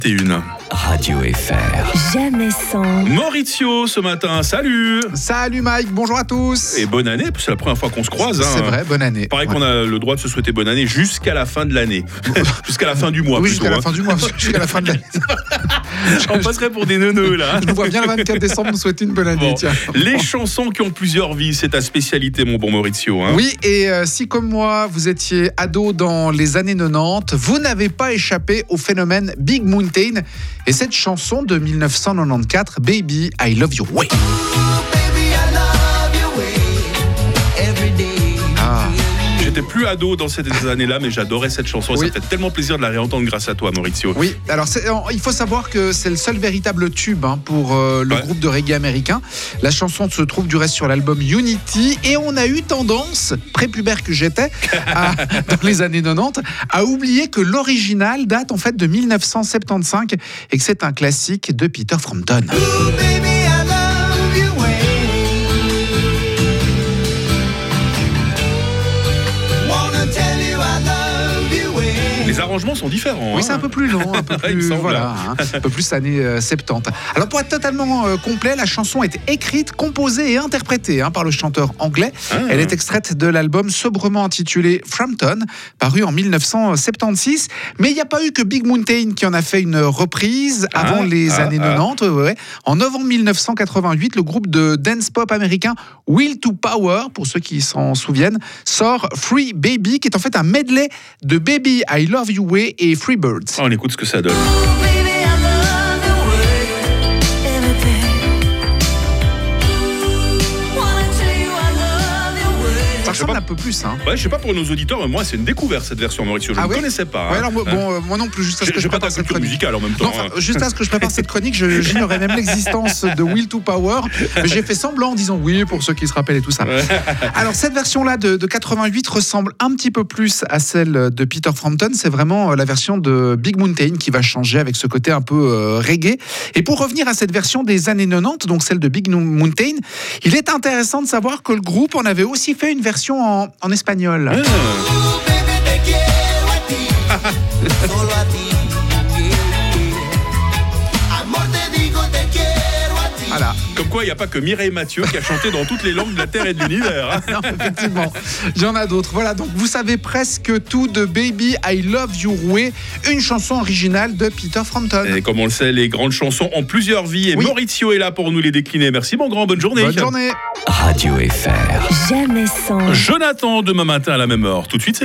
Une. Radio FR. Jamais sans. Maurizio ce matin, salut. Salut Mike, bonjour à tous. Et bonne année, c'est la première fois qu'on se croise. C'est vrai, bonne année. Pareil qu'on a le droit de se souhaiter bonne année jusqu'à la fin de l'année. Jusqu'à la fin du mois. Oui, plutôt, jusqu'à la fin du mois, jusqu'à la fin de l'année. On passerait pour des neuneux là. Je nous vois bien le 24 décembre nous souhaiter une bonne année. Bon. Tiens. Les chansons qui ont plusieurs vies, c'est ta spécialité mon bon Maurizio. Hein. Oui, et si comme moi, vous étiez ado dans les années 90, vous n'avez pas échappé au phénomène Big Mountain et cette chanson de 1994, Baby, I Love Your Way. J'étais plus ado dans ces années-là, mais j'adorais cette chanson. Oui. Ça fait tellement plaisir de la réentendre grâce à toi, Maurizio. Oui, alors il faut savoir que c'est le seul véritable tube pour le groupe de reggae américain. La chanson se trouve du reste sur l'album Unity et on a eu tendance, prépubère que j'étais, dans les années 90, à oublier que l'original date en fait de 1975 et que c'est un classique de Peter Frampton. Les arrangements sont différents. Oui, c'est un peu plus long, un peu Il me plus, semble. un peu plus années 70. Alors pour être totalement complet, la chanson est écrite, composée et interprétée par le chanteur anglais. Elle est extraite de l'album sobrement intitulé Frampton, paru en 1976. Mais il n'y a pas eu que Big Mountain qui en a fait une reprise avant les années 90. Ouais. En novembre 1988, le groupe de dance pop américain Will to Power, pour ceux qui s'en souviennent, sort Free Baby, qui est en fait un medley de Baby I Love You Way et Freebirds. On écoute ce que ça donne. Ça ressemble un peu plus. Ouais, je sais pas pour nos auditeurs, mais moi c'est une découverte cette version, Maurizio. Je ne connaissais pas. Ouais, alors, moi non plus, juste à ce que je pas ta prépare cette culture chronique. musicale en même temps. Non, juste à ce que je prépare cette chronique, j'ignorais même l'existence de Will to Power. Mais j'ai fait semblant en disant oui pour ceux qui se rappellent et tout ça. Alors cette version-là de 88 ressemble un petit peu plus à celle de Peter Frampton. C'est vraiment la version de Big Mountain qui va changer avec ce côté un peu reggae. Et pour revenir à cette version des années 90, donc celle de Big Mountain, il est intéressant de savoir que le groupe en avait aussi fait une version en espagnol. Voilà. Comme quoi, il n'y a pas que Mireille Mathieu qui a chanté dans toutes les langues de la Terre et de l'univers. Non, effectivement, il y en a d'autres. Voilà, donc vous savez presque tout de Baby I Love Your Way, une chanson originale de Peter Frampton. Et comme on le sait, les grandes chansons ont plusieurs vies et Maurizio est là pour nous les décliner. Merci mon grand, bonne journée. Bonne journée. Radio FR. Jamais sans. Jonathan, demain matin à la même heure. Tout de suite,